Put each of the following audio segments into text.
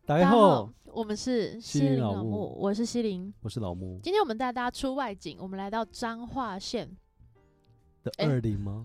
大家好， 我们是西林老木木，我是西林， 我是老木。 今天我们带大家出外景，我们来到彰化县的20吗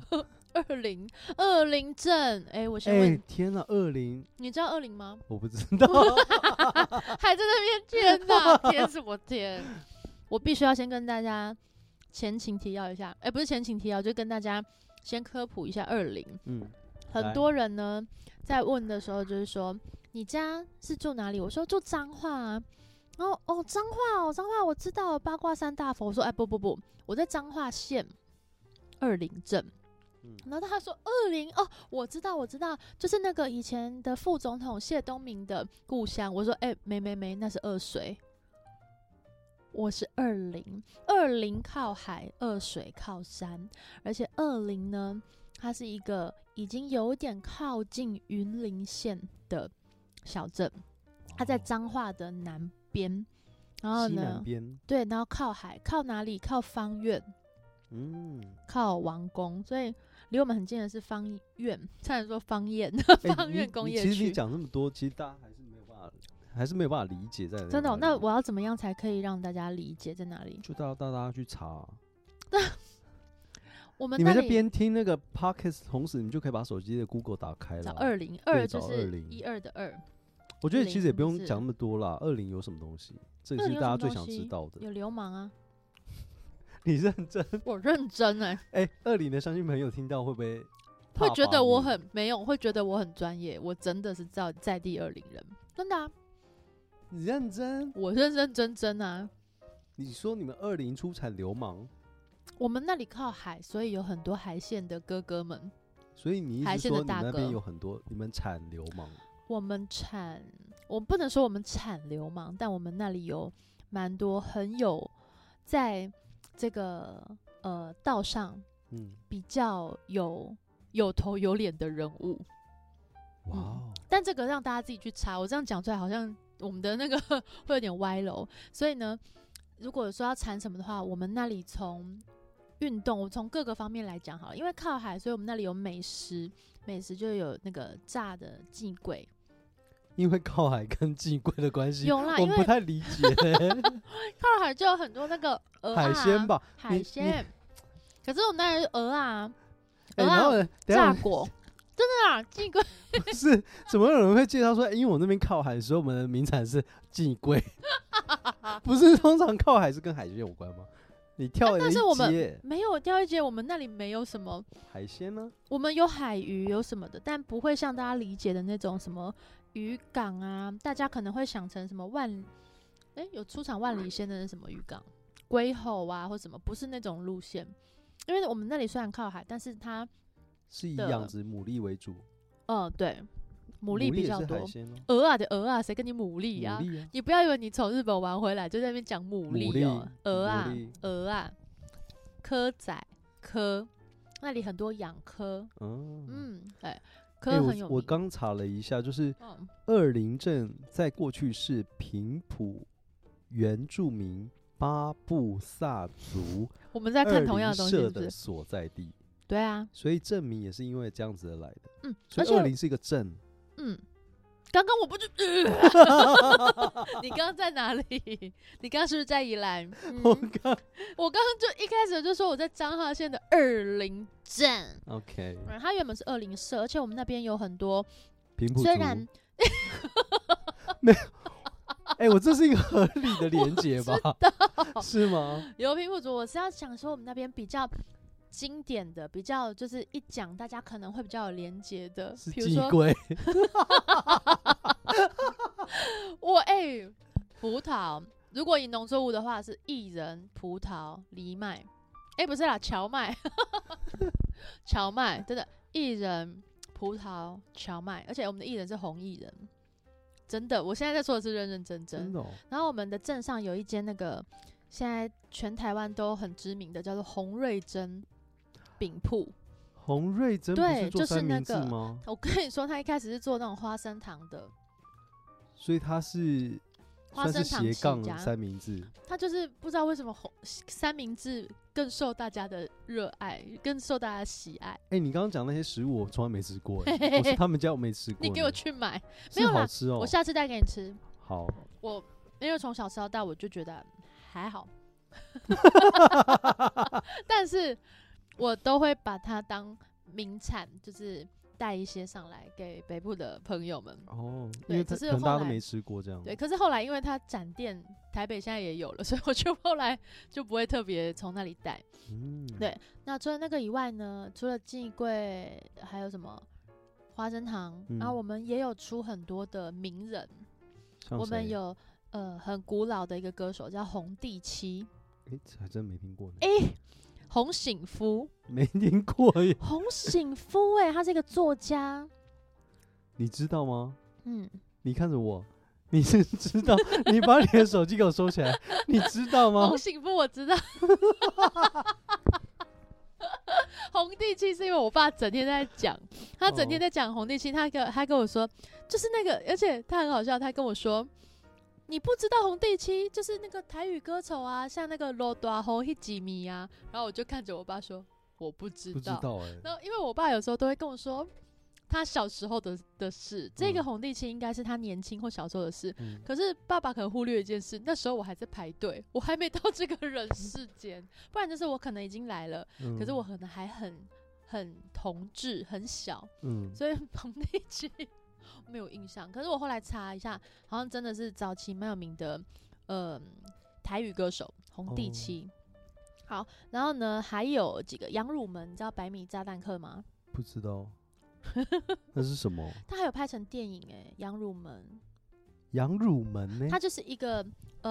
20镇。我先问， 天哪，20， 你知道20吗？ 我不知道， 还在那边天哪，天什么天？我必须要先跟大家前情提要一下，不是前情提要，就跟大家先科普一下20。很多人呢在问的时候就是说，你家是住哪里？我说住彰化啊。然后彰化我知道八卦山大佛。我说不，我在彰化县20镇。然后他说20哦，我知道，就是那个以前的副总统谢东闵的故乡。我说没，那是二水。我是20靠海，2水靠山，而且20呢，它是一个已经有点靠近云林县的小镇，它在彰化的南边，然后呢， 西南边， 对，然后靠海，靠哪里？靠芳苑，靠王宫，所以离我们很近的是芳苑，差点说芳苑，芳苑工业区。 其实你讲那么多，其实大家还是没有办法理解在哪里。 真的那我要怎么样才可以让大家理解在哪里？ 就带大家去查。 我们你们在边听那个 podcast 同时，你就可以把手机的 Google 打开了。 找20，2就是12的2。 我觉得其实也不用讲那么多啦。20有什么东西？这也是大家最想知道的。 有流氓啊！ 你认真？ 我认真 20的乡亲朋友听到会不会觉得我很没用？会觉得我很专业？我真的是在地20人，真的啊！ 你认真？ 我认真啊！ 你说你们20出产流氓？我们那里靠海，所以有很多海线的哥哥们。 所以你一直说你们那边有很多，你们产流氓？ 我不能说我们产流氓，但我们那里有蛮多很有在这个道上，比较有头有脸的人物。但这个让大家自己去查，我这样讲出来好像我们的那个会有点歪楼。所以呢，如果说要产什么的话，我们那里从运动，我从各个方面来讲好了。因为靠海，所以我们那里有美食就有那个炸的寄柜。 因为靠海跟寄柜的关系， 有啦， 我不太理解。 靠海就有很多那个海鲜吧， 海鲜。可是我们那里是鹅啊炸果，真的啊，寄柜不是？怎么有人会介绍说，因为我那边靠海，所以我们的名产是寄柜？不是通常靠海是跟海鲜有关吗？你跳了一阶， 但是我们没有跳一阶，我们那里没有什么海鲜呢。 我们有海鱼，有什么的，但不会像大家理解的那种什么渔港啊。大家可能会想成什么有出产万里鲜的是什么渔港？龟吼啊，或什么？不是那种路线。因为我们那里虽然靠海，但是它是以养殖牡蛎为主。 对。牡蛎比较多，鹅啊，谁跟你牡蛎啊？你不要以为你从日本玩回来就在那边讲牡蛎哦，鹅啊，蚵仔，那里很多养蚵，蚵很有名。 我刚查了一下，就是20镇在过去是平埔原住民巴布萨族， 我们在看同样的东西是不是？ 的所在地。 对啊， 所以镇名也是因为这样子而来的。 所以 20是一个镇。 刚刚我不就你刚刚在哪里？你刚刚是不是在宜兰？我刚刚就一开始就说我在彰化县的20镇。 OK， 它原本是20社，而且我们那边有很多平埔族。 虽然没有，我这是一个合理的连结吧？是吗？ 有平埔族，我是要想说我们那边比较经典的，比较就是一讲大家可能会比较有连结的， 是寄柜。 葡萄，如果以农作物的话是薏仁、葡萄、藜麦，不是啦，荞麦，荞麦真的薏仁、葡萄、荞麦，而且我们的薏仁是红薏仁，真的，我现在在说的是认认真真。 真的然后我们的镇上有一间那个现在全台湾都很知名的，叫做洪瑞珍饼铺。 洪瑞珍不是做三明治吗？ 我跟你说，他一开始是做那种花生糖的， 所以他是花生糖斜杠三明治。 他就是不知道为什么三明治更受大家的热爱，更受大家的喜爱。 你刚刚讲那些食物我从来没吃过，我是他们家我没吃过。 你给我去买， 没有啦，好吃哦。 我下次带给你吃。 好， 我因为从小吃到大，我就觉得还好，但是我都会把它当名产，就是带一些上来给北部的朋友们。 因为可能大家都没吃过这样。 对，可是后来因为它展店台北现在也有了，所以我就后来就不会特别从那里带。对。那除了那个以外呢，除了季桂，还有什么花生糖？然后我们也有出很多的名人，我们有很古老的一个歌手叫洪地七。 这还真没听过呢。 洪醒夫没听过耶。 洪醒夫他是一个作家， 你知道吗？你看着我，你是知道？你把你的手机给我收起来，你知道吗？ 洪醒夫我知道。洪地七是因为我爸整天在讲，他整天在讲洪地七，他跟我说，就是那个，而且他很好笑，他跟我说。你不知道洪地七就是那个台语歌手啊，像那个罗大红那几米啊，然后我就看着我爸说我不知道，然后因为我爸有时候都会跟我说他小时候的事，这个洪地七应该是他年轻或小时候的事，可是爸爸可能忽略一件事，那时候我还在排队，我还没到这个人世间，不然就是我可能已经来了，可是我可能还很童稚很小，所以洪地七没有印象，可是我后来查一下，好像真的是早期蛮有名的，台语歌手洪地七。好，然后呢，还有几个杨汝门，你知道百米炸弹客吗？ 不知道，那是什么？ 他还有拍成电影杨汝门。 杨汝门呢？ 他就是一个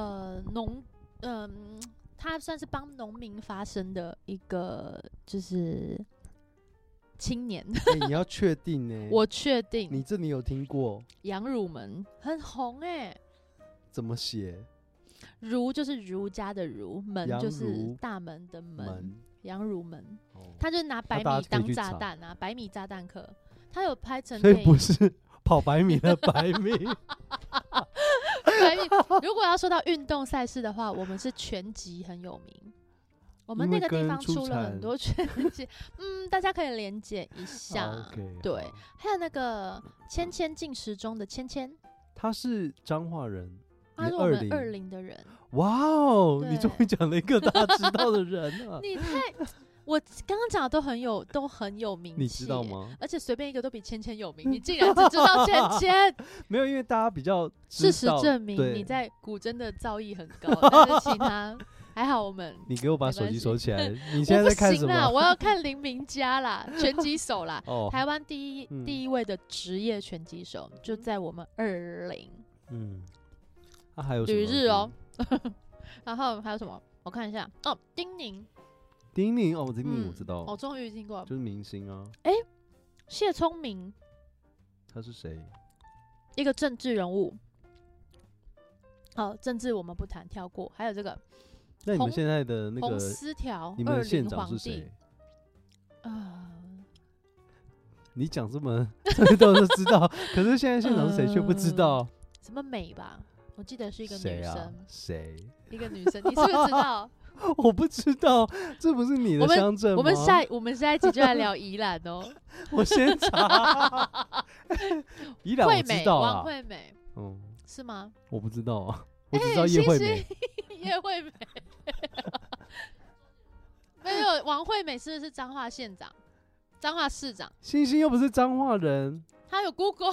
他算是帮农民发声的一个，就是青年。 你要确定呢？ 我确定。 你有听过？ 杨汝门很红怎么写？ 儒就是儒家的儒，门就是大门的门。杨汝门，他就是拿百米当炸弹啊，百米炸弹客。他有拍成电影， 所以不是跑100米的100米。 100米。如果要说到运动赛事的话，我们是拳击很有名。我们那个地方出了很多拳击，大家可以连结一下。对，还有那个芊芊进食中的芊芊， 他是彰化人， 他是我们20的人。 哇哦，你终于讲了一个大家知道的人啊！ 你我刚刚讲的都很有名气， 你知道吗？ 而且随便一个都比芊芊有名，你竟然只知道芊芊。 没有，因为大家比较事实证明你在古筝的造诣很高，但是其他还好。我们你给我把手机收起来，你现在在看什么？ 我不行啦，我要看林明嘉啦，拳击手啦，台湾第一位的职业拳击手就在我们20。 还有什么旅日哦。然后还有什么？我看一下丁宁。 丁宁丁宁我知道， 我终于听过， 就是明星啊。 谢聪明， 他是谁？ 一个政治人物。政治我们不谈，跳过。还有这个， 那你们现在的那个洪思条， 你们的县长是谁？你讲这么都是知道，可是现在县长是谁却不知道？ 什么美吧？我记得是一个女生。 谁？ 一个女生，你是不是知道？ 我不知道，这不是你的乡镇吗？ 我们下一集就来聊宜兰哦。 我先查。宜兰我知道啦， 王惠美，是吗？ 我不知道啊，我只知道叶惠美。 叶惠美。没有，王惠美是彰化县长，彰化市长。 星星又不是彰化人， 他有 Google。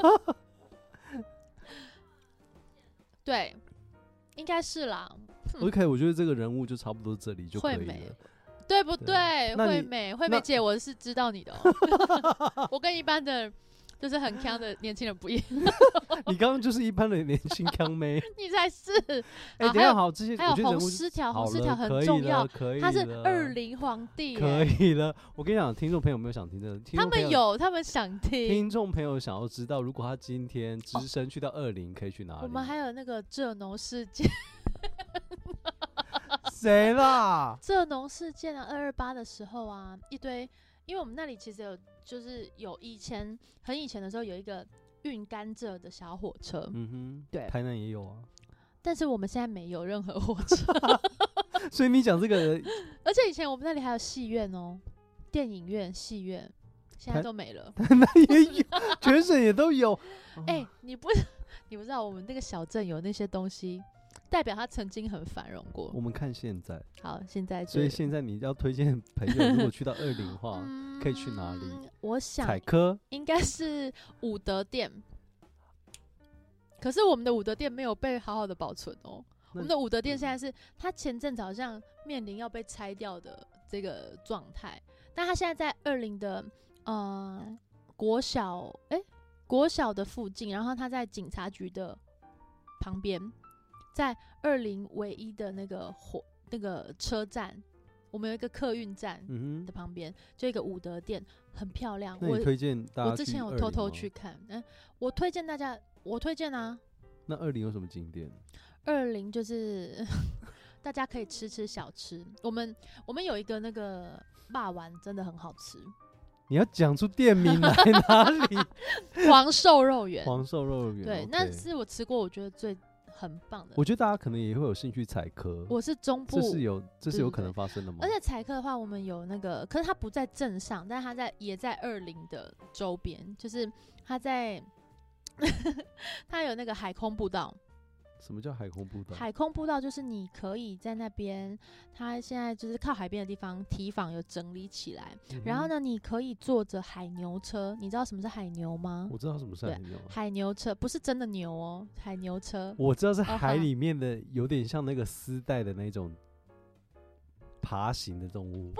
对，应该是啦。 OK， 我觉得这个人物就差不多这里就可以了， 对不对？惠美姐，我是知道你的哦。我跟一般的就是很强的年轻人不一样。 你刚刚就是一般的年轻强妹。 你才是。 等一下好，这些还有洪思条很重要，他是20皇帝。 可以了，我跟你讲，听众朋友有没有想听的？ 他们想听。 听众朋友想要知道，如果他今天只身去到20，可以去哪里？ 我们还有那个蔗农事件。 谁啦？ 蔗农事件啊，228的时候啊，一堆，因为我们那里其实有很以前的时候有一个运甘蔗的小火车，对， 台南也有啊， 但是我们现在没有任何火车。 所以你讲这个而且以前我们那里还有戏院哦，电影院、戏院，现在都没了。 那也有，全省也都有。 你不知道我们那个小镇有那些东西，代表它曾经很繁荣过。 我们看现在， 好，现在所以现在你要推荐朋友，如果去到20的话，可以去哪里？ 我想采科应该是武德殿，可是我们的武德殿没有被好好的保存哦。我们的武德殿现在是它前阵子好像面临要被拆掉的这个状态，但它现在在20的国小的附近，然后它在警察局的旁边，在20唯一的那个车站，我们有一个客运站的旁边，就一个武德殿，很漂亮。 那你推荐大家我之前有偷偷去看，我推荐大家，我推荐啊。 那20有什么景点 ？20就是大家可以吃小吃，我们有一个那个霸丸真的很好吃。 你要讲出店名来哪里？ 黄瘦肉圆。 黄瘦肉圆， 对，那是我吃过我觉得很棒的。 我觉得大家可能也会有兴趣采科。 我是中部， 这是有可能发生的吗？ 而且采科的话，我们有那个，可是它不在镇上，但它也在20的周边，就是它在它有那个海空步道。 什么叫海空步道？ 海空步道就是你可以在那边，它现在就是靠海边的地方，堤防有整理起来。然后呢，你可以坐着海牛车。你知道什么是海牛吗？ 我知道什么是海牛。 海牛车不是真的牛哦，海牛车。 我知道是海里面的，有点像那个丝带的那种爬行的动物。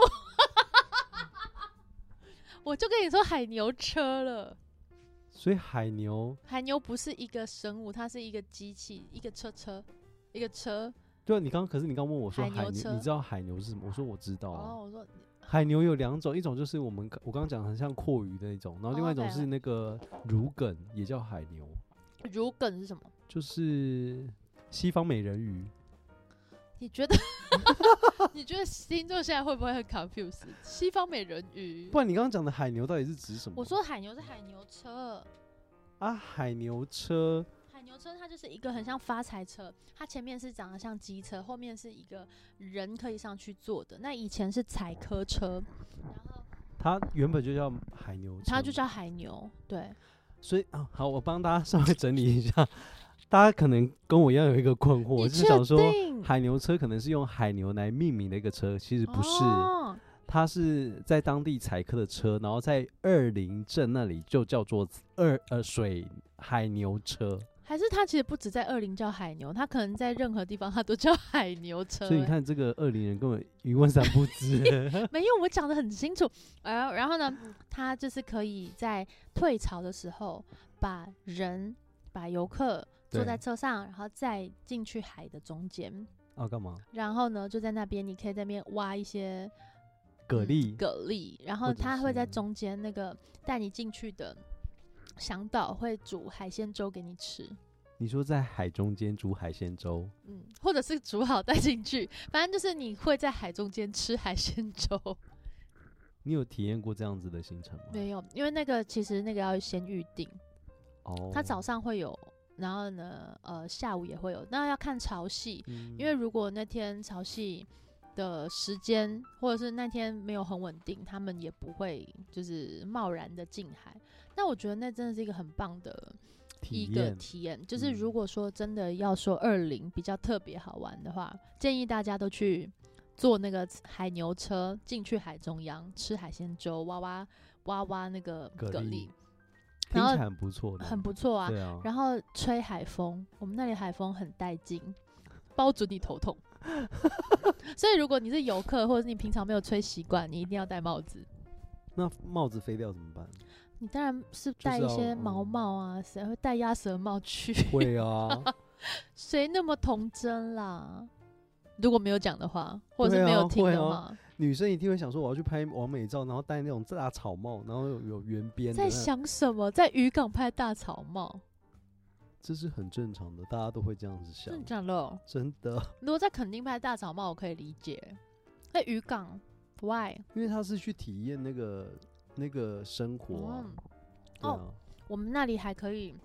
我就跟你说海牛车了。 所以海牛不是一个生物，它是一个机器，一个车。 对啊，可是你刚问我说海牛，你知道海牛是什么？我说我知道啊。我说海牛有2种，一种就是我刚刚讲很像阔鱼的那种，然后另外一种是那个乳梗，也叫海牛。 乳梗是什么？ 就是西方美人鱼。 你觉得听众现在会不会很 confused？ 西方美人鱼？ 不然你刚刚讲的海牛到底是指什么？ 我说海牛是海牛车啊，海牛车它就是一个很像发财车，它前面是长得像机车，后面是一个人可以上去坐的。那以前是采科车，然后它原本就叫海牛车， 它就叫海牛，对。 所以好，我帮大家稍微整理一下。大家可能跟我一样有一个困惑，就是想说海牛车可能是用海牛来命名的一个车，其实不是，它是在当地采科的车，然后在20镇那里就叫做水海牛车。 还是它其实不止在20叫海牛，它可能在任何地方它都叫海牛车。 所以你看这个20人根本一问三不知。 没有，我讲得很清楚。然后呢，它就是可以在退潮的时候把游客坐在车上，然后再进去海的中间。 干嘛？ 然后呢，就在那边，你可以在那边挖一些蛤蜊， 然后它会在中间那个带你进去的向导会煮海鲜粥给你吃。 你说在海中间煮海鲜粥？ 或者是煮好带进去，反正就是你会在海中间吃海鲜粥。 你有体验过这样子的行程吗？ 没有，因为其实那个要先预定。它早上会有。然后呢，下午也会有，那要看潮汐，因为如果那天潮汐的时间或者是那天没有很稳定，他们也不会就是贸然的进海。那我觉得那真的是一个很棒的一个体验。就是如果说真的要说20比较特别好玩的话，建议大家都去坐那个海牛车进去海中央吃海鲜粥，挖那个蛤蜊。 听起来很不错的， 很不错啊。然后吹海风，我们那里海风很带劲，包准你头痛。所以如果你是游客，或者是你平常没有吹习惯，你一定要戴帽子。 那帽子飞掉怎么办？ 你当然是戴一些毛帽啊，谁会戴鸭舌帽去？ 会啊， 谁那么童真啦？如果没有讲的话，或者是没有听的话。 女生一定会想说，我要去拍完美照，然后戴那种大草帽，然后有圆边的。 在想什么？在渔港拍大草帽， 这是很正常的，大家都会这样子想。 真的假的？ 真的。如果在垦丁拍大草帽，我可以理解。在渔港 ，why？ 因为他是去体验那个生活啊。 我们那里还可以，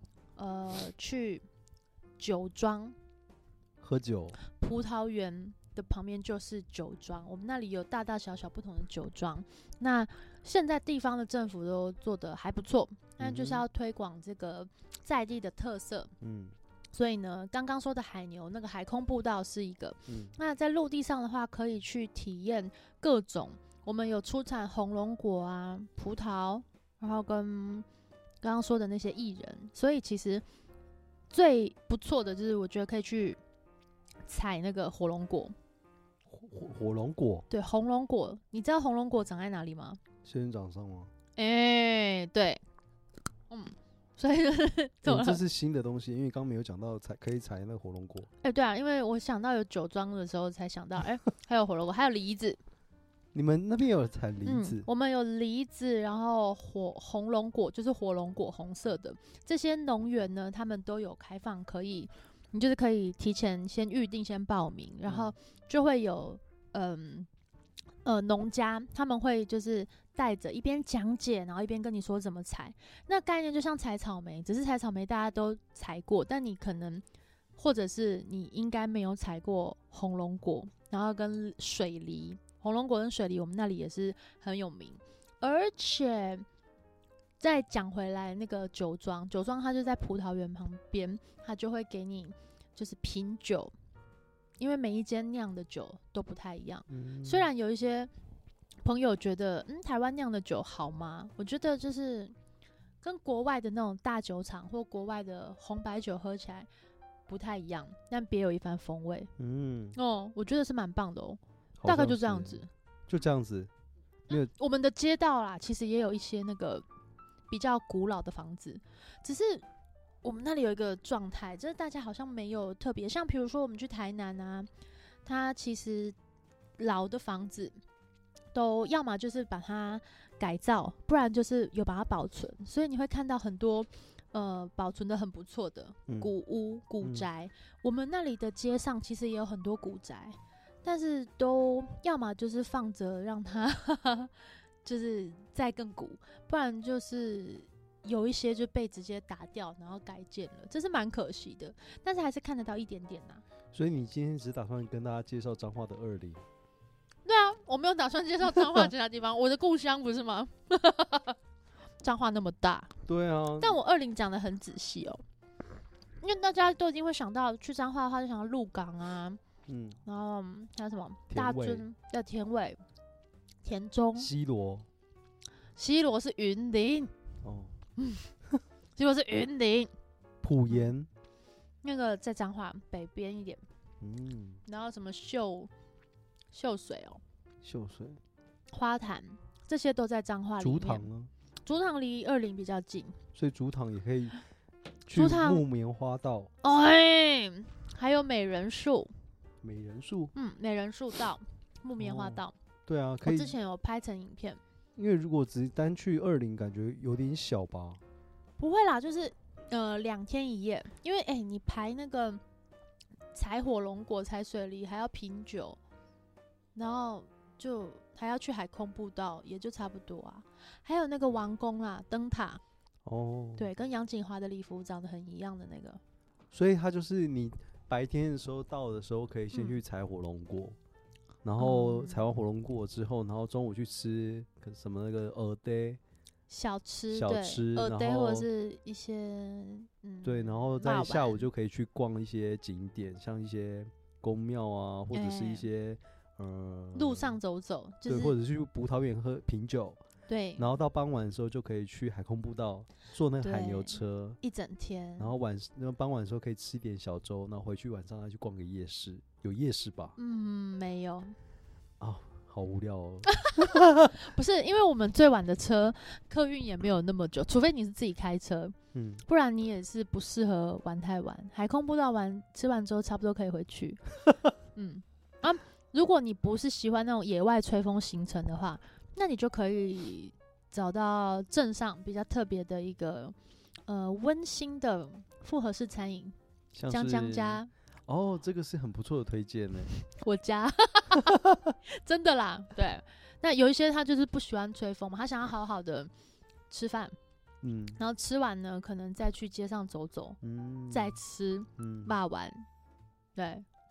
去酒庄喝酒， 葡萄园。 的旁边就是酒庄，我们那里有大大小小不同的酒庄。那现在地方的政府都做得还不错，但就是要推广这个在地的特色。所以呢，刚刚说的海牛那个海空步道是一个。那在陆地上的话，可以去体验各种，我们有出产红龙果啊、葡萄，然后跟刚刚说的那些薏仁。所以其实最不错的就是我觉得可以去采那个火龙果。 火龙果？ 对，红龙果。你知道红龙果长在哪里吗？ 仙人掌上吗？ 对，所以这是新的东西，因为刚没有讲到可以采那个火龙果。 对啊，因为我想到有酒庄的时候才想到，还有火龙果，还有梨子。 你们那边有采梨子？ 我们有梨子，然后红龙果就是火龙果，红色的。这些农园呢，他们都有开放，你就是可以提前先预定、先报名，然后就会有农家他们会就是带着一边讲解，然后一边跟你说怎么采。那概念就像采草莓，只是采草莓大家都采过，但你可能或者是你应该没有采过红龙果，然后跟水梨。红龙果跟水梨我们那里也是很有名。而且再讲回来，那个酒庄它就在葡萄园旁边，它就会给你就是品酒，因为每一间酿的酒都不太一样。虽然有一些朋友觉得台湾酿的酒好吗？我觉得就是跟国外的那种大酒厂或国外的红白酒喝起来不太一样，但别有一番风味。我觉得是蛮棒的哦。大概就这样子。 就这样子。 我们的街道啦，其实也有一些那个比较古老的房子，只是我们那里有一个状态，就是大家好像没有特别，像比如说我们去台南啊，它其实老的房子都要么就是把它改造，不然就是有把它保存，所以你会看到很多保存的很不错的古屋、古宅。我们那里的街上其实也有很多古宅，但是都要么就是放着让它就是再更古，不然就是有一些就被直接打掉然后改建了，这是蛮可惜的，但是还是看得到一点点啊。 所以你今天只打算跟大家介绍彰化的20？ 对啊，我没有打算介绍彰化其他地方，我的故乡不是吗？彰化那么大。 对啊， 但我20讲得很仔细哦，因为大家都一定会想到去彰化的话就想到鹿港啊，然后还有什么大尊的田尾、田中、 西螺是云林西螺是云林， 埔盐那个在彰化北边一点，然后什么秀水花坛这些都在彰化里面。 竹塘呢？ 竹塘离20比较近， 所以竹塘也可以去木棉花道。 还有美人树道、木棉花道。 对啊，可以。 我之前有拍成影片。 因为如果只是单去20，感觉有点小吧？ 不会啦，就是2天1夜，因为你排那个采火龙果、采水梨，还要品酒，然后就还要去海空步道，也就差不多啊。还有那个王宫啦，灯塔。对，跟杨锦华的礼服长得很一样的那个。 所以它就是你白天的时候到的时候，可以先去采火龙果。然后采完火龙果之后，然后中午去吃什么那个蚵嗲小吃， 蚵嗲或者是一些对，然后在下午就可以去逛一些景点，像一些宫庙啊，或者是一些路上走走，就是对，或者去葡萄园喝品酒。 对， 然后到傍晚的时候就可以去海空步道坐那个海牛车一整天。 然后傍晚的时候可以吃一点小粥，然后回去晚上再去逛个夜市。有夜市吧？ 没有。 好无聊哦。 不是，因为我们最晚的车客运也没有那么久，除非你是自己开车，不然你也是不适合玩太晚。海空步道吃完之后差不多可以回去。如果你不是喜欢那种野外吹风行程的话，那你就可以找到镇上比较特别的一个温馨的复合式餐饮，江江家。 这个是很不错的推荐呢。 我家真的啦，对。那有一些他就是不喜欢吹风嘛，他想要好好的吃饭，然后吃完呢，可能再去街上走走，再吃霸丸，对。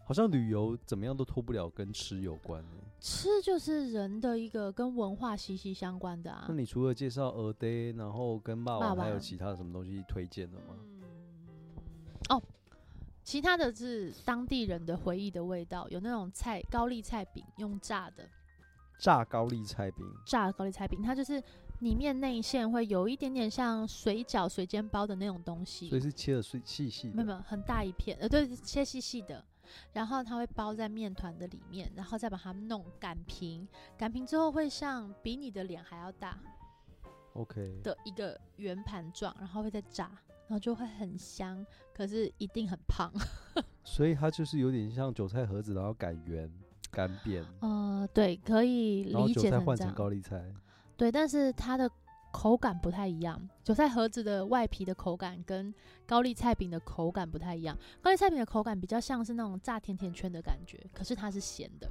好像旅游怎么样都脱不了跟吃有关。 吃就是人的一个跟文化息息相关的啊。 那你除了介绍蚵嗲，然后跟肉丸，还有其他的什么东西推荐的吗？ 哦，其他的是当地人的回忆的味道，有那种高丽菜饼，用炸的。 炸高丽菜饼。 炸高丽菜饼，它就是里面内馅会有一点点像水饺、水煎包的那种东西。 所以是切的细细的。 没有，很大一片，对，切细细的。然后它会包在面团的里面，然后再把它擀平，擀平之后会像比你的脸还要大 ，OK 的一个圆盘状，然后会再炸，然后就会很香，可是一定很胖。 所以它就是有点像韭菜盒子，然后擀圆、擀扁。 对，可以理解成这样。然后韭菜换成高丽菜。 对，但是它的口感不太一样，韭菜盒子的外皮的口感跟高丽菜饼的口感不太一样。高丽菜饼的口感比较像是那种炸甜甜圈的感觉，可是它是咸的。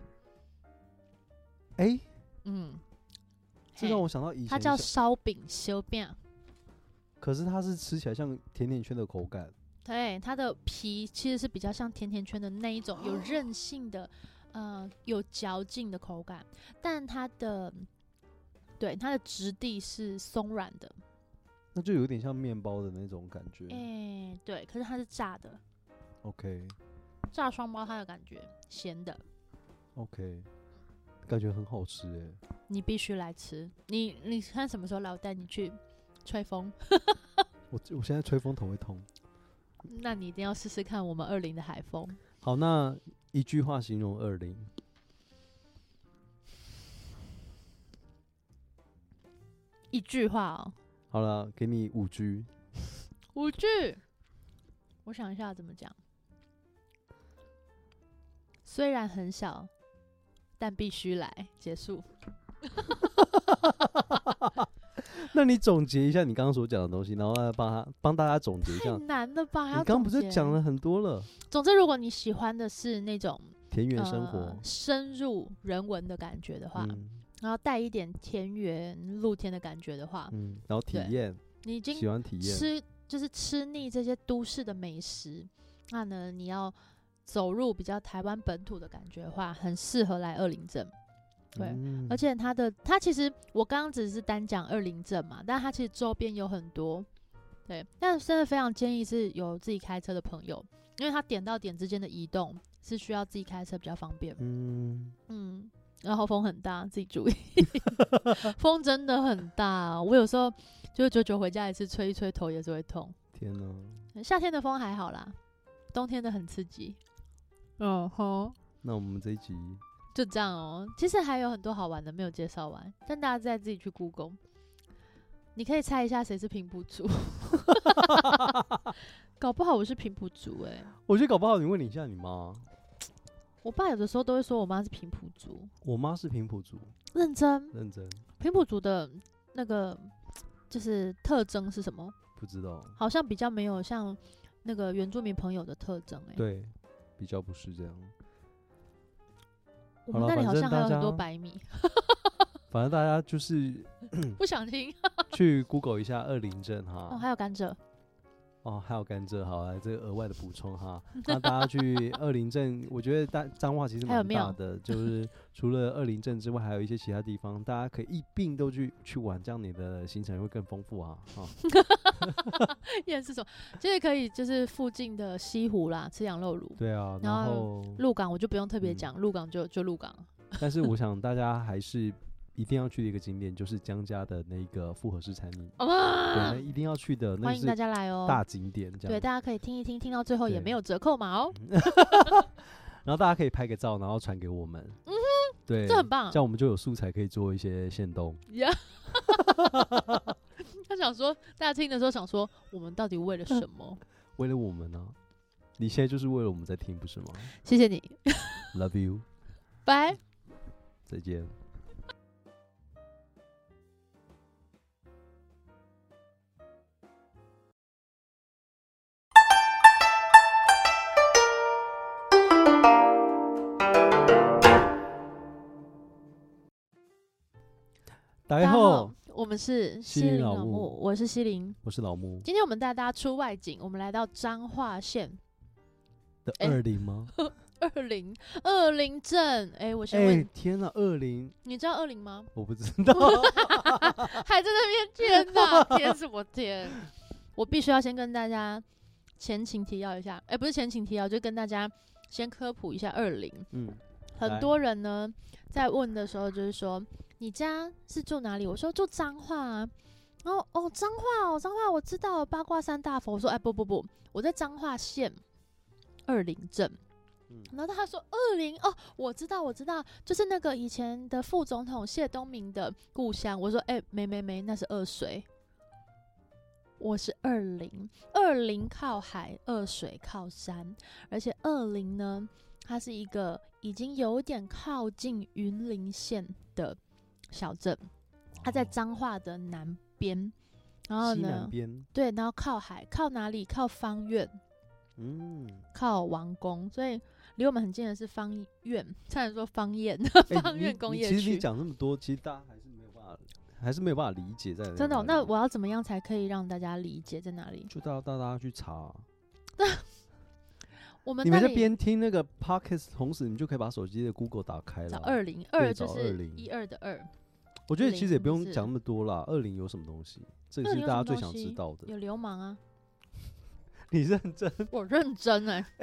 这让我想到以前它叫烧饼烧饼， 可是它是吃起来像甜甜圈的口感。 对，它的皮其实是比较像甜甜圈的那一种，有韧性的，有嚼劲的口感，但它的质地是松软的， 那就有点像面包的那种感觉。 对，可是它是炸的。 OK。 炸双胞胎的感觉，咸的。 OK。感觉很好吃你必须来吃。你看什么时候来，我带你去吹风。 我现在吹风头会痛。 那你一定要试试看我们20的海风。 好，那一句话形容20。 一句话哦。 好了，给你5句。 5句，我想一下怎么讲。虽然很小，但必须来。结束。 那你总结一下你刚刚所讲的东西，然后来帮大家总结一下。 太难了吧？ 你刚不是讲了很多了？ 总之，如果你喜欢的是那种田园生活、 深入人文的感觉的话，然后带一点田园露天的感觉的话， 然后体验， 你已经喜欢体验就是吃腻这些都市的美食，那呢你要走入比较台湾本土的感觉的话，很适合来20镇。对，而且它其实我刚刚只是单讲20镇嘛，但它其实周边有很多。对，但真的非常建议是有自己开车的朋友，因为它点到点之间的移动是需要自己开车比较方便。然后风很大，自己注意。风真的很大，我有时候就久久回家一次，吹一吹头也是会痛。 天哪！ 夏天的风还好啦，冬天的很刺激。 那我们这一集就这样哦。其实还有很多好玩的没有介绍完，但大家再自己去 Google。你可以猜一下谁是平埔族。搞不好我是平埔族我觉得搞不好你问一下你妈。 我爸有的时候都会说我妈是平埔族。 我妈是平埔族。 认真。平埔族的那个就是特征是什么？ 不知道。好像比较没有像那个原住民朋友的特征对，比较不是这样。 我们那里好像还有很多白米。 反正大家就是不想听。 去 Google 一下20镇哈。 还有甘蔗。 还有甘蔗，好，来这个额外的补充哈。那大家去20镇，我觉得彰化其实蛮大的，就是除了20镇之外，还有一些其他地方，大家可以一并都去玩，这样你的行程会更丰富啊。 也是说，其实可以就是附近的西湖啦，吃羊肉炉。 对啊，然后鹿港我就不用特别讲，鹿港就鹿港。 但是我想大家还是一定要去的一个景点，就是江家的那个复合式餐饮。对，那一定要去的， 欢迎大家来哦， 大景点这样。 对，大家可以听一听，听到最后也没有折扣码哦。 然后大家可以拍个照，然后传给我们。对， 这很棒， 这样我们就有素材可以做一些限动。 他想说，大家听的时候想说，我们到底为了什么？ 为了我们呢？你现在就是为了我们在听，不是吗？ 谢谢你。 Love you。 拜。 再见。大家好， 我们是西林老木，我是西林， 我是老木。 今天我们带大家出外景，我们来到彰化县的20吗 20镇。我先问， 天哪，20， 你知道20吗？ 我不知道， 还在那边天哪，天是我天！我必须要先跟大家前情提要一下，不是前情提要，就跟大家先科普一下20。很多人呢在问的时候就是说，你家是住哪里？我说住彰化啊。然后彰化我知道八卦山大佛。我说不，我在彰化县20镇。然后他说20哦，我知道，就是那个以前的副总统谢东闵的故乡。我说没，那是二水。我是20靠海，2水靠山，而且20呢，它是一个已经有点靠近云林县的小镇，它在彰化的南边，然后呢， 西南边， 对，然后靠海，靠哪里？靠芳苑，靠王宫，所以离我们很近的是芳苑，差点说芳苑，芳苑工业区。 其实你讲那么多，其实大家还是没有办法理解在哪里。 真的那我要怎么样才可以让大家理解在哪里？ 就大家去查。 你们在边听那个 podcast 同时，你们就可以把手机的 Google 打开了。 找20，2就是12的2。 我觉得其实也不用讲那么多啦。20有什么东西？这个是大家最想知道的。 有流氓啊！ 你认真？ 我认真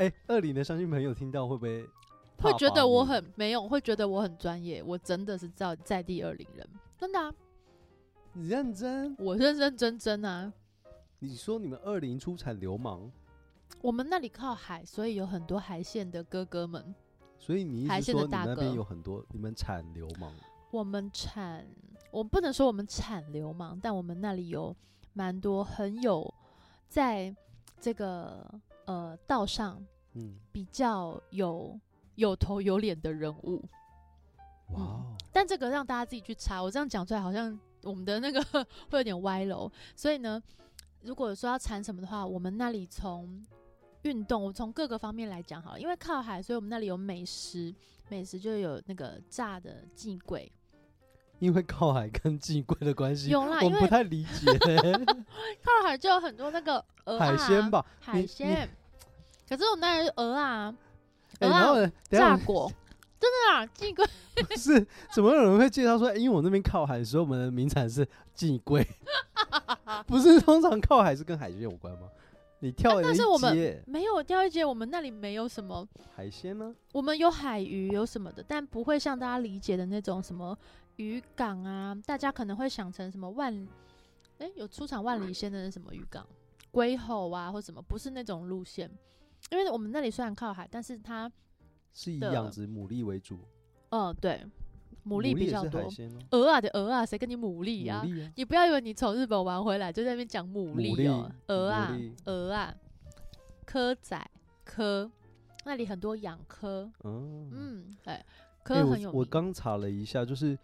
20的乡亲朋友听到会不会觉得我很没有？会觉得我很专业？我真的是在地20人，真的啊！ 你认真？ 我认真啊！ 你说你们20出产流氓？ 我们那里靠海，所以有很多海线的哥哥们。 所以你意思说你们那边有很多，你们产流氓？我不能说我们产流氓，但我们那里有蛮多很有在这个道上，比较有头有脸的人物。哇！但这个让大家自己去查，我这样讲出来好像我们的那个会有点歪楼。所以呢，如果说要产什么的话，我们那里从运动，我从各个方面来讲好了。因为靠海，所以我们那里有美食就有那个炸的寄柜。 因为靠海跟寄柜的关系， 有啦， 我不太理解。 靠海就有很多那个鹅海鲜吧， 海鲜。可是我们那里是鹅啊， 然后炸果，真的啊，寄柜不是？怎么有人会介绍说，因为我那边靠海，所以我们的名产是寄柜？不是通常靠海是跟海鲜有关吗？你跳了一阶， 但是我们没有跳一阶，我们那里没有什么海鲜呢。我们有海鱼，有什么的，但不会像大家理解的那种什么渔港啊。大家可能会想成什么有出产万里鲜的什么渔港，龟吼啊或什么，不是那种路线。因为我们那里虽然靠海，但是它是以养殖牡蛎为主。 对。牡蛎比较多， 鹅啊，谁跟你牡蛎啊？你不要以为你从日本玩回来就在那边讲牡蛎哦，鹅啊，蚵仔那里很多养蚵，蚵很有名。 我刚查了一下，就是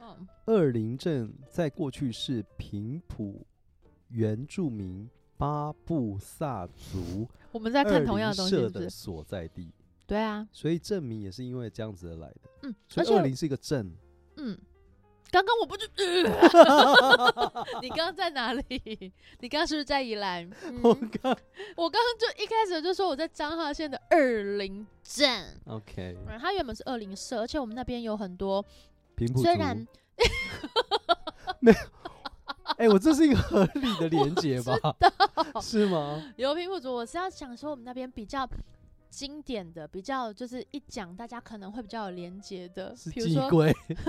20镇在过去是平埔原住民巴布萨族， 我们在看同样的东西，是不是？ 的所在地。 对啊， 所以镇名也是因为这样子而来的。所以20是一个镇。 刚刚我不就你刚刚在哪里？你刚刚是不是在宜兰？我刚刚就一开始就说我在彰化县的20镇。 OK， 它原本是20社，而且我们那边有很多平埔族。 虽然没有，我这是一个合理的连结吧？是吗？ 有平埔族，我是要想说我们那边比较经典的，比较就是一讲大家可能会比较有连结的，比如说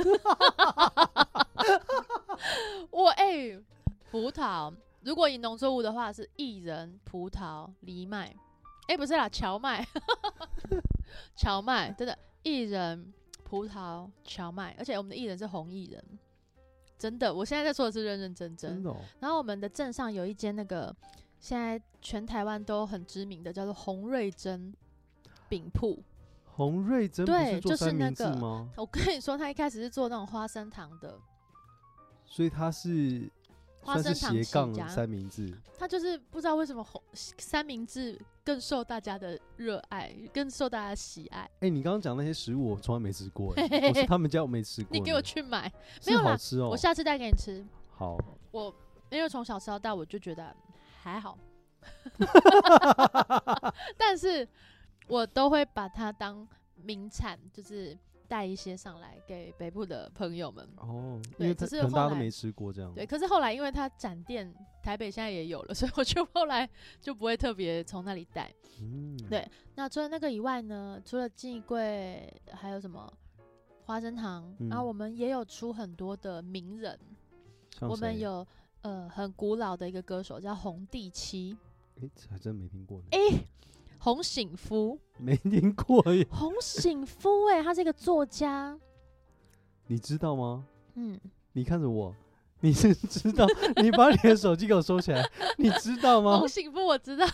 葡萄，如果以农作物的话是薏仁、葡萄、藜麦，不是啦，荞麦，荞麦，真的，薏仁、葡萄、荞麦，而且我们的薏仁是红薏仁，真的，我现在在说的是认认真真。 真的然后我们的镇上有一间那个现在全台湾都很知名的，叫做洪瑞珍饼铺。 洪瑞珍不是做三明治吗？ 就是那个，我跟你说，他一开始是做那种花生糖的， 所以他是花生糖斜杠三明治。 他就是不知道为什么三明治更受大家的热爱，更受大家喜爱。 你刚刚讲那些食物我从来没吃过，我是他们家我没吃过。 你给我去买， 没有啦，好吃哦。 我下次带给你吃。 好， 我因为从小吃到大，我就觉得还好，但是我都会把它当名产，就是带一些上来给北部的朋友们。 因为可能大家都没吃过这样。 对，可是后来因为它展店台北现在也有了，所以我就后来就不会特别从那里带。对。那除了那个以外呢，除了季桂，还有什么花生糖？然后我们也有出很多的名人，我们有很古老的一个歌手叫洪地七。 还真没听过呢。 洪醒夫没听过耶。 洪醒夫他是一个作家， 你知道吗？你看着我，你是知道？你把你的手机给我收起来，你知道吗？ 洪醒夫我知道。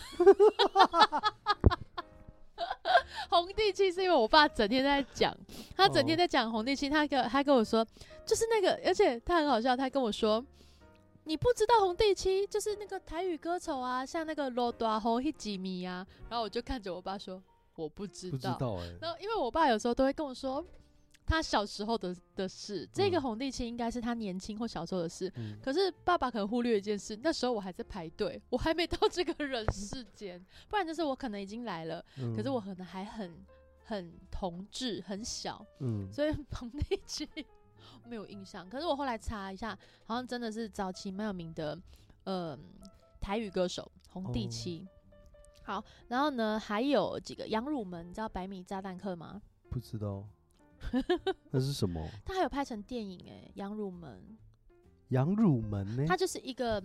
洪地七是因为我爸整天在讲，他整天在讲洪地七，他跟我说，就是那个，而且他很好笑，他跟我说。你不知道洪地七就是那个台语歌手啊，像那个罗大红那几米啊，然后我就看着我爸说我不知道，然后因为我爸有时候都会跟我说他小时候的事，这个洪地七应该是他年轻或小时候的事，可是爸爸可能忽略一件事，那时候我还在排队，我还没到这个人世间，不然就是我可能已经来了，可是我可能还很童稚很小，所以洪地七没有印象，可是我后来查一下，好像真的是早期蛮有名的，台语歌手洪地七。好，然后呢，还有几个杨汝门，你知道百米炸弹客吗？ 不知道，那是什么？ 他还有拍成电影杨汝门。 杨汝门呢？ 他就是一个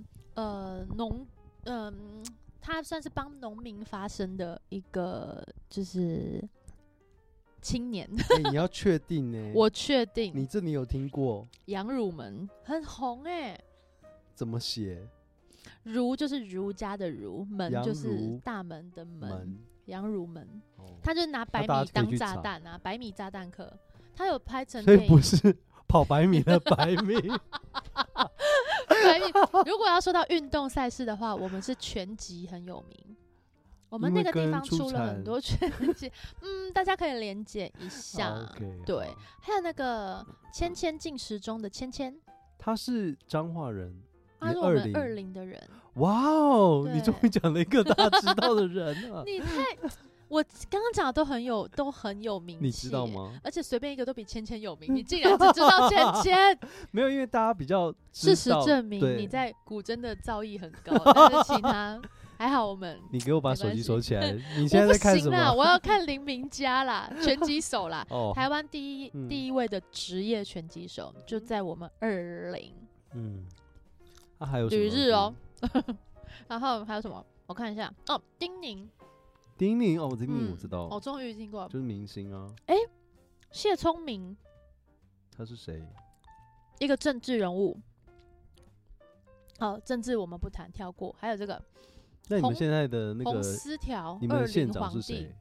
他算是帮农民发声的一个就是青年。 你要确定呢？ 我确定。 你这里有听过？ 杨汝门很红怎么写？ 儒就是儒家的儒，门就是大门的门。杨汝门，他就是拿百米当炸弹啊，百米炸弹客。他有拍成电影， 所以不是跑百米的百米。 百米，如果要说到运动赛事的话，我们是拳击很有名。我们那个地方出了很多拳击，大家可以连结一下。对，还有那个芊芊进时钟的芊芊， 他是彰化人， 他是我们20的人。 哇哦，你终于讲了一个大家知道的人啊！ 我刚刚讲的都很有名气， 你知道吗？ 而且随便一个都比芊芊有名，你竟然只知道芊芊？ 没有，因为大家比较事实证明你在古筝的造诣很高，但是其他还好。我们你给我把手机收起来，你现在在看什么？ 我不行啦，我要看林明嘉啦，拳击手啦，台湾第一位的职业拳击手就在我们20。 还有什么？ 旅日哦。然后还有什么？我看一下丁宁。 丁宁丁宁我知道， 我终于听过， 就是明星啊。 谢聪明， 他是谁？ 一个政治人物。政治我们不谈，跳过。还有这个， 那你们现在的那个洪思条， 你们的县长是谁？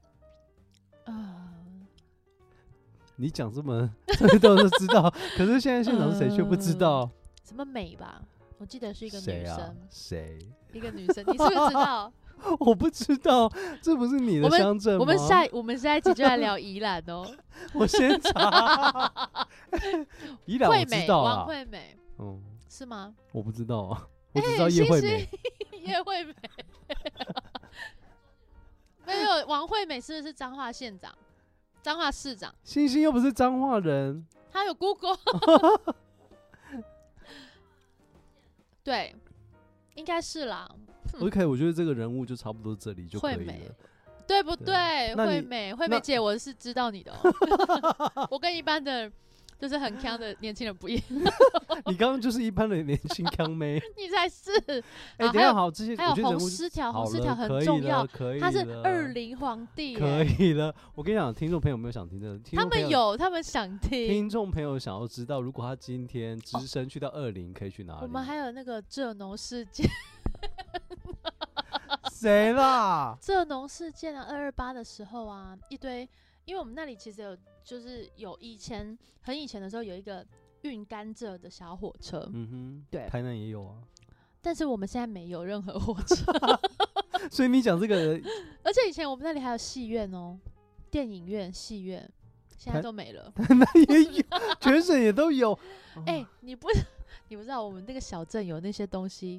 你讲这么都知道，可是现在县长是谁却不知道？ 什么美吧？我记得是一个女生。 谁？ 一个女生，你是不是知道？ 我不知道，这不是你的乡镇吗？ 我们下一集就来聊宜兰哦。 我先查。宜兰我知道王惠美，是吗？ 我不知道啊，我只知道叶惠美。 叶惠美。没有，王惠美是不是彰化县长？彰化市长？ 星星又不是彰化人。 他有 Google。对，应该是啦。 OK， 我觉得这个人物就差不多这里就可以了， 对不对？惠美姐，我是知道你的我跟一般的就是很强的年轻人不一样。 你刚刚就是一般的年轻强妹。 你才是。 等一下好，这些还有洪思条很重要，他是20皇帝。 可以了，我跟你讲，听众朋友有没有想听的？ 他们想听。 听众朋友想要知道，如果他今天只身去到20，可以去哪里？ 我们还有那个蔗农事件。 谁啦？ 蔗农事件啊，228的时候啊，一堆，因为我们那里其实有很以前的时候有一个运甘蔗的小火车，对， 台南也有啊， 但是我们现在没有任何火车。 所以你讲这个， 而且以前我们那里还有戏院哦，电影院、戏院，现在都没了。 那也有，全省也都有。 你不知道我们那个小镇有那些东西。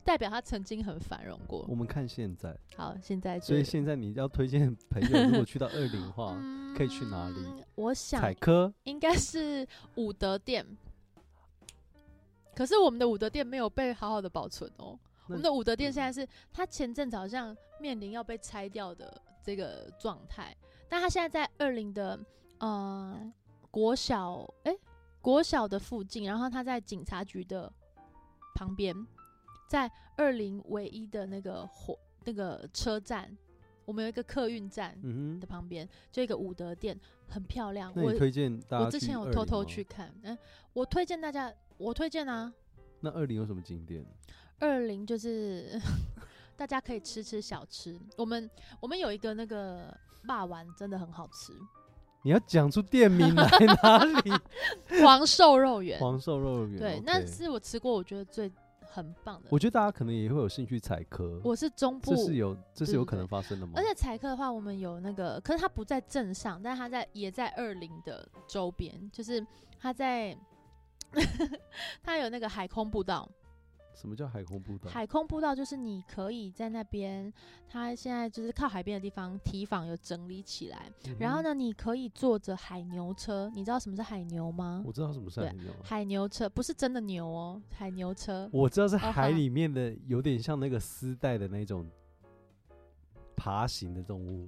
代表它曾经很繁荣过。 我们看现在， 好，现在所以现在你要推荐朋友，如果去到20的话，可以去哪里？ 我想采科应该是武德殿，可是我们的武德殿没有被好好的保存哦。我们的武德殿现在是它前阵子好像面临要被拆掉的这个状态，但它现在在20的国小的附近，然后它在警察局的旁边，在20唯一的那个车站，我们有一个客运站的旁边，就一个武德殿，很漂亮。 那你推荐大家去20吗？ 我之前有偷偷去看，我推荐大家，我推荐啊。 那20有什么景点 ？20就是大家可以吃小吃，我们有一个那个肉丸真的很好吃。 你要讲出店名来哪里？ 黄寿肉圆。 黄寿肉圆， 对，那是我吃过我觉得很棒的。 我觉得大家可能也会有兴趣采科。 我是中部， 这是有可能发生的吗？ 而且采科的话，我们有那个，可是它不在镇上，但它也在20的周边，就是它在它有那个海空步道。 什么叫海空步道？ 海空步道就是你可以在那边，它现在就是靠海边的地方，堤防有整理起来。然后呢，你可以坐着海牛车。你知道什么是海牛吗？ 我知道什么是海牛。 海牛车不是真的牛哦，海牛车。 我知道是海里面的，有点像那个丝带的那种爬行的动物。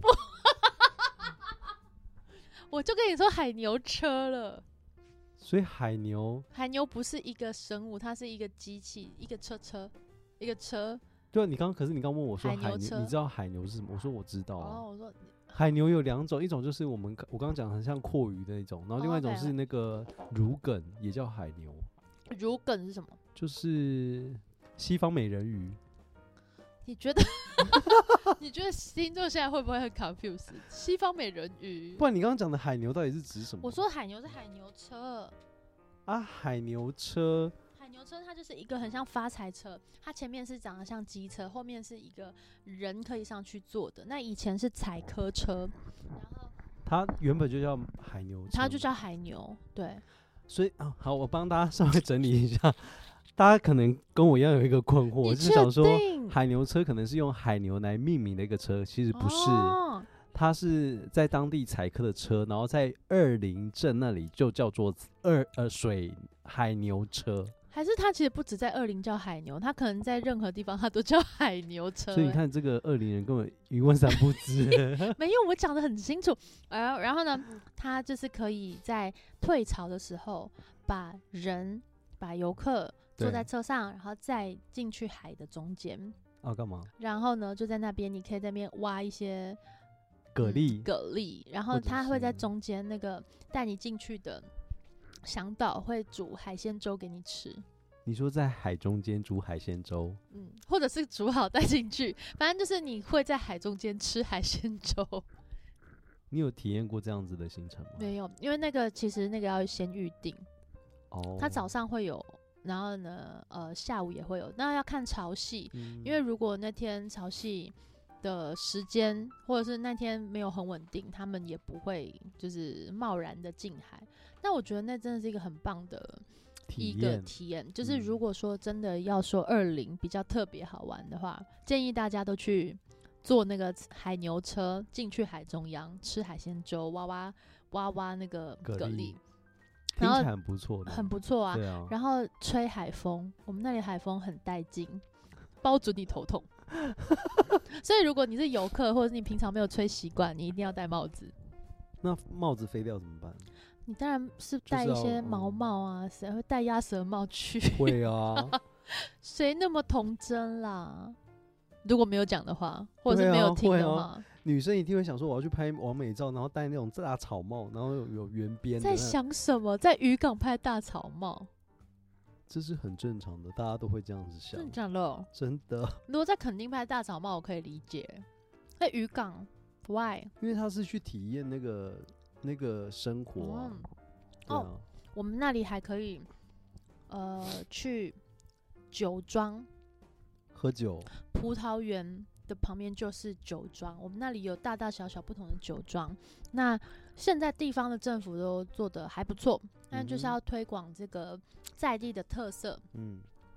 我就跟你说海牛车了。 所以海牛不是一个生物，它是一个机器，一个车。 对啊，可是你刚问我说海牛，你知道海牛是什么？我说我知道啊。我说海牛有2种，一种就是我刚刚讲很像阔鱼的那种，然后另外一种是那个乳梗，也叫海牛。 乳梗是什么？ 就是西方美人鱼。 你觉得听众现在会不会很 confused？ 西方美人鱼？ 不然你刚刚讲的海牛到底是指什么？ 我说海牛是海牛车啊，海牛车它就是一个很像发财车，它前面是长得像机车，后面是一个人可以上去坐的。那以前是采科车，然后它原本就叫海牛车， 它就叫海牛，对。 所以好，我帮大家稍微整理一下。大家可能跟我一样有一个困惑，就是想说海牛车可能是用海牛来命名的一个车，其实不是，它是在当地采科的车，然后在20镇那里就叫做水海牛车。 还是它其实不止在20叫海牛，它可能在任何地方它都叫海牛车。 所以你看这个20人根本一问三不知。 没有，我讲得很清楚。然后呢，它就是可以在退潮的时候把游客坐在车上，然后再进去海的中间。 干嘛？ 然后呢，就在那边，你可以在那边挖一些蛤蜊， 然后他会在中间那个带你进去的向导会煮海鲜粥给你吃。 你说在海中间煮海鲜粥？ 或者是煮好带进去，反正就是你会在海中间吃海鲜粥。 你有体验过这样子的行程吗？ 没有，因为其实那个要先预定。他早上会有。然后呢，下午也会有，那要看潮汐，因为如果那天潮汐的时间或者是那天没有很稳定，他们也不会就是贸然的进海。但我觉得那真的是一个很棒的一个体验，就是如果说真的要说20比较特别好玩的话，建议大家都去坐那个海牛车进去海中央吃海鲜粥，挖那个蛤蜊。 听起来很不错的， 很不错啊。 对啊。 然后吹海风，我们那里海风很带劲，包准你头痛。所以如果你是游客，或者是你平常没有吹习惯，你一定要戴帽子。 那帽子飞掉怎么办？ 你当然是戴一些毛帽啊，谁会戴鸭舌帽去？ 会啊， 谁那么童真啦？如果没有讲的话，或者是没有听的话。 女生一定会想说，我要去拍完美照，然后戴那种大草帽，然后有圆边的。 在想什么？在渔港拍大草帽？ 这是很正常的，大家都会这样子想。 真的假的？ 真的。 如果在垦丁拍大草帽，我可以理解。在渔港 ，why？ 因为他是去体验那个生活啊。 我们那里还可以，去酒庄喝酒， 葡萄园的旁边就是酒庄，我们那里有大大小小不同的酒庄。那现在地方的政府都做得还不错，但就是要推广这个在地的特色。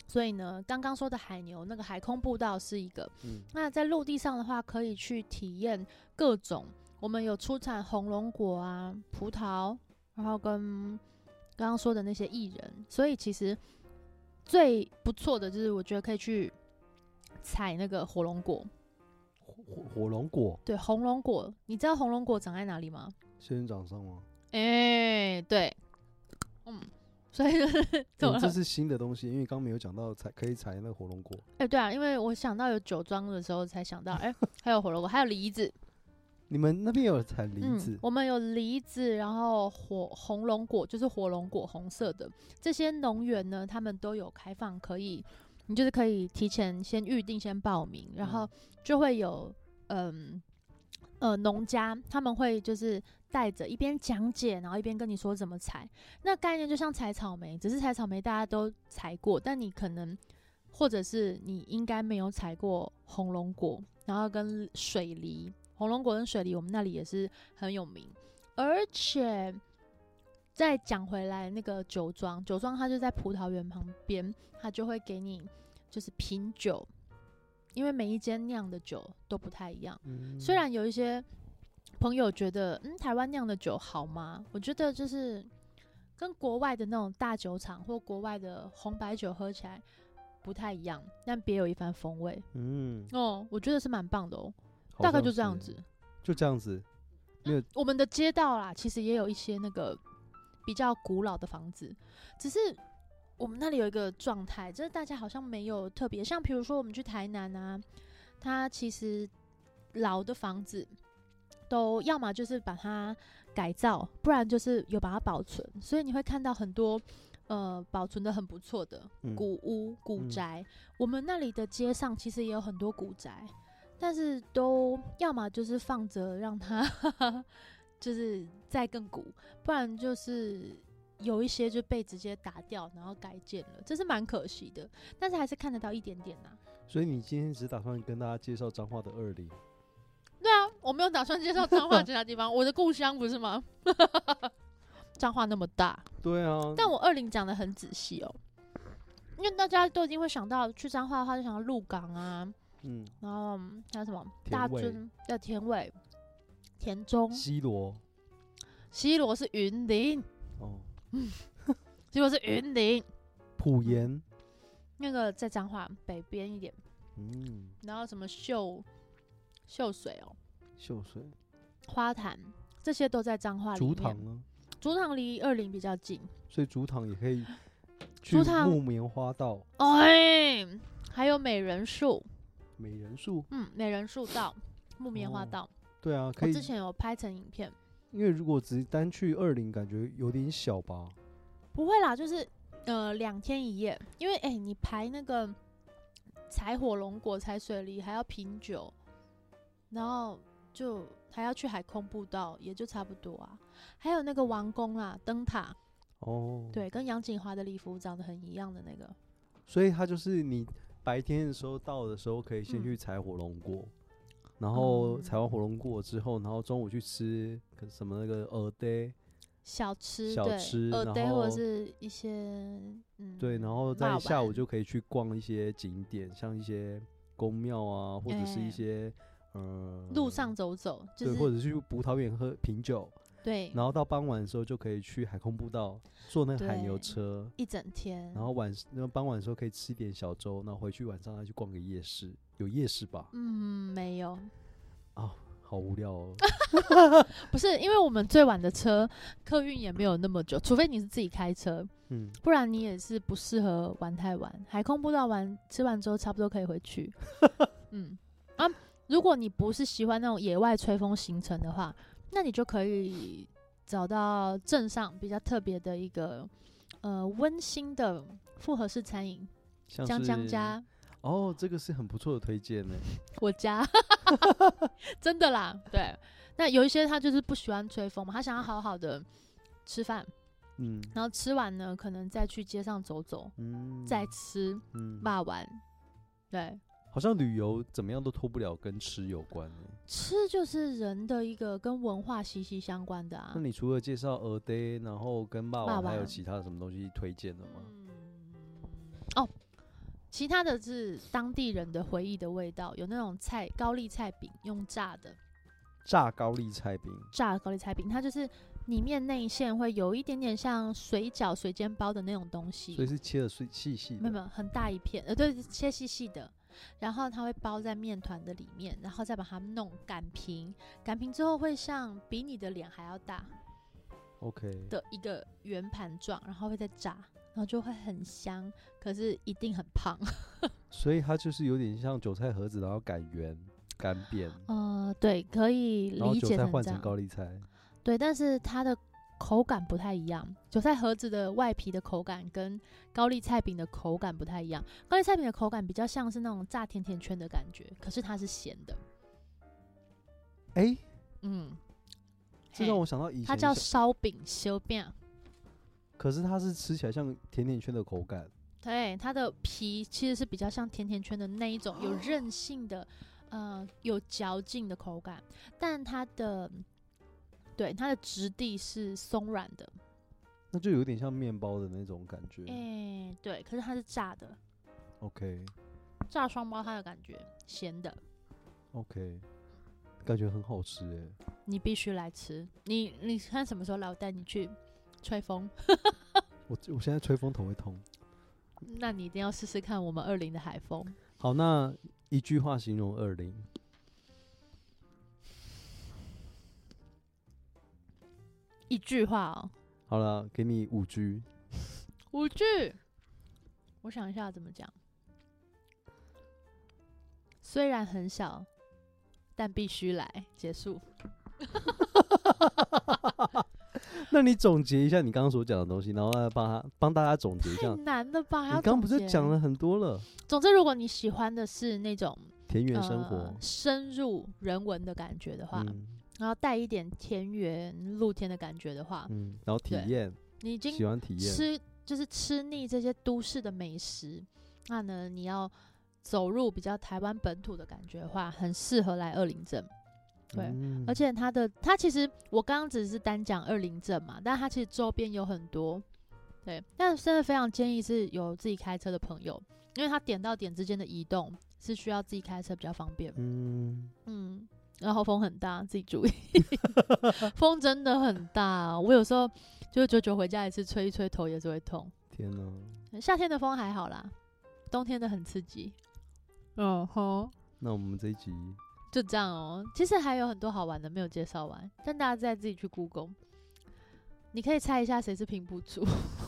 所以呢，刚刚说的海牛那个海空步道是一个，那在陆地上的话，可以去体验各种，我们有出产红龙果啊、葡萄，然后跟刚刚说的那些薏仁，所以其实最不错的就是我觉得可以去采那个火龙果。 火龙果？ 对，红龙果，你知道红龙果长在哪里吗？ 仙人掌上吗？ 对，所以这是新的东西，因为刚没有讲到可以采那个火龙果。 对啊，因为我想到有酒庄的时候才想到，还有火龙果，还有梨子。 你们那边有采梨子？ 我们有梨子，然后红龙果就是火龙果，红色的。这些农园呢，他们都有开放，你就是可以提前先预定、先报名，然后就会有农家他们会就是带着一边讲解，然后一边跟你说怎么采。那概念就像采草莓，只是采草莓大家都采过，但你可能或者是你应该没有采过红龙果，然后跟水梨。红龙果跟水梨，我们那里也是很有名。而且再讲回来，那个酒庄它就在葡萄园旁边，它就会给你就是品酒，因为每一间酿的酒都不太一样。虽然有一些朋友觉得，台湾酿的酒好吗？我觉得就是跟国外的那种大酒厂或国外的红白酒喝起来不太一样，但别有一番风味。我觉得是蛮棒的哦。大概就这样子，我们的街道啦，其实也有一些那个比较古老的房子，只是我们那里有一个状态，就是大家好像没有特别，像比如说我们去台南啊，它其实老的房子都要么就是把它改造，不然就是有把它保存，所以你会看到很多保存的很不错的古屋、古宅。我们那里的街上其实也有很多古宅。但是都要么就是放着让它就是再更古，不然就是有一些就被直接打掉然后改建了，这是蛮可惜的。但是还是看得到一点点啊。 所以你今天只打算跟大家介绍彰化的20？ 对啊，我没有打算介绍彰化其他地方，我的故乡不是吗？彰化那么大。 对啊。 但我20讲得很仔细哦，因为大家都一定会想到去彰化的话就想到鹿港啊。然后还有什么大尊的田尾、田中、 西螺是云林西螺是云林， 埔盐那个在彰化北边一点。然后什么秀水秀水、 花坛这些都在彰化里面。 竹塘呢？ 竹塘离20比较近， 所以竹塘也可以去木棉花道。 还有美人树。美人树道、木棉花道。 对啊，可以。 我之前有拍成影片。 因为如果只单去20，感觉有点小吧？ 不会啦，就是2天1夜，因为你排那个采火龙果、采水梨，还要品酒，然后就还要去海空步道，也就差不多啊。还有那个王宫啦、灯塔。对，跟杨锦华的礼服长得很一样的那个。 所以它就是你白天的时候到的时候，可以先去采火龙果，然后采完火龙果之后，然后中午去吃什么那个蚵嗲小吃， 蚵嗲或者是一些对，然后在下午就可以去逛一些景点，像一些宫庙啊，或者是一些路上走走，就是对，或者去葡萄园品酒。 对， 然后到傍晚的时候就可以去海空步道坐那个海牛车一整天。 然后傍晚的时候可以吃一点小粥，然后回去晚上再去逛个夜市。有夜市吧？ 没有。 好无聊哦。 不是，因为我们最晚的车客运也没有那么久，除非你是自己开车，不然你也是不适合玩太晚。海空步道吃完之后差不多可以回去。如果你不是喜欢那种野外吹风行程的话，那你就可以找到镇上比较特别的一个温馨的复合式餐饮，江江家。 这个是很不错的推荐呢。 我家真的啦，对。那有一些他就是不喜欢吹风嘛，他想要好好的吃饭，然后吃完呢，可能再去街上走走，再吃霸丸，对。 好像旅游怎么样都脱不了跟吃有关。 吃就是人的一个跟文化息息相关的啊。 那你除了介绍蚵嗲，然后跟霸王，还有其他什么东西推荐的吗？ 其他的是当地人的回忆的味道，有那种高丽菜饼用炸的， 炸高丽菜饼， 它就是里面内馅会有一点点像水饺、水煎包的那种东西， 所以是切的细细的， 没有很大一片，对，切细细的，然后它会包在面团的里面，然后再把它弄擀平之后会像比你的脸还要大 ，OK 的一个圆盘状，然后会再炸。然后就会很香，可是一定很胖。 所以它就是有点像韭菜盒子，然后擀圆、擀扁。 对，可以理解成这样。然后韭菜换成高丽菜。 对，但是它的口感不太一样。韭菜盒子的外皮的口感跟高丽菜饼的口感不太一样。高丽菜饼的口感比较像是那种炸甜甜圈的感觉，可是它是咸的。 这让我想到以前它叫烧饼烧饼。 可是它是吃起来像甜甜圈的口感， 对，它的皮其实是比较像甜甜圈的那一种，有韧性的，有嚼劲的口感，但它的质地是松软的， 那就有点像面包的那种感觉。 对，可是它是炸的 ，OK， 炸双胞胎的感觉，咸的 ，OK， 感觉很好吃哎， 你必须来吃，你看什么时候来，我带你去。吹风我现在吹风头会痛， 那你一定要试试看我们20的海风。 好，那一句话形容20， 一句话哦。 好了，给你5句。 5句，我想一下怎么讲。虽然很小，但必须来。结束。 那你总结一下你刚刚所讲的东西，然后帮大家总结一下。 太难了吧？ 你刚刚不是讲了很多了？ 总之，如果你喜欢的是那种田园生活、 深入人文的感觉的话，然后带一点田园露天的感觉的话， 然后体验， 你已经喜欢体验就是吃腻这些都市的美食，那呢你要走入比较台湾本土的感觉的话，很适合来20镇。对，而且它其实我刚刚只是单讲20镇嘛，但它其实周边有很多，对，但真的非常建议是有自己开车的朋友，因为它点到点之间的移动是需要自己开车比较方便。然后风很大，自己注意，风真的很大，我有时候就久回家一次吹一吹头也是会痛。 天哪！ 夏天的风还好啦，冬天的很刺激。 那我们这一集。 就这样哦，其实还有很多好玩的没有介绍完，但大家再自己去 Google， 你可以猜一下谁是平埔族，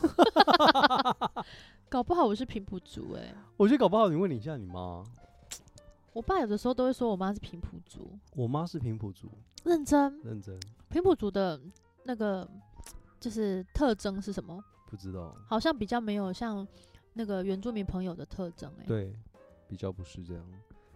搞不好我是平埔族我觉得搞不好你问一下你妈， 我爸有的时候都会说我妈是平埔族， 我妈是平埔族， 认真，平埔族的那个就是特征是什么？ 不知道， 好像比较没有像那个原住民朋友的特征对，比较不是这样。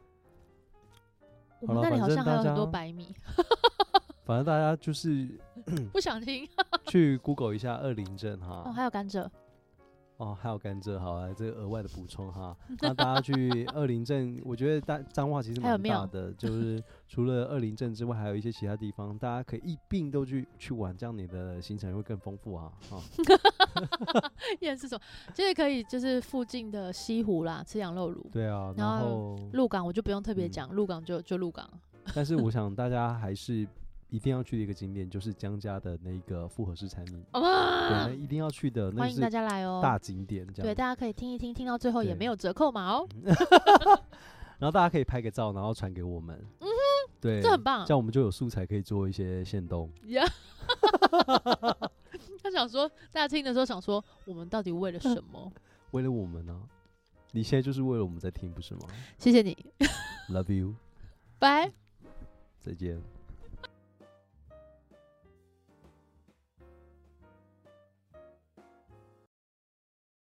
我们那里好像还有很多白米， 反正大家就是不想听， 去 Google 一下20镇哈。 还有甘蔗， 还有甘蔗，好，这个额外的补充哈。那大家去20镇，我觉得彰化其实蛮大的，就是除了20镇之外，还有一些其他地方，大家可以一并都去玩，这样你的行程会更丰富啊。 也是什么？就是可以，就是附近的西湖啦，吃羊肉炉。 对啊，然后鹿港我就不用特别讲，鹿港就鹿港。 但是我想大家还是一定要去的一个景点，就是江家的那个复合式餐饮。对，那一定要去的， 欢迎大家来哦， 大景点这样。 对，大家可以听一听，听到最后也没有折扣码哦。 然后大家可以拍个照，然后传给我们。对， 这很棒， 这样我们就有素材可以做一些限动。 他想说，大家听的时候想说，我们到底为了什么？ 为了我们呢？你现在就是为了我们在听，不是吗？ 谢谢你 ，Love you， 拜， 再见。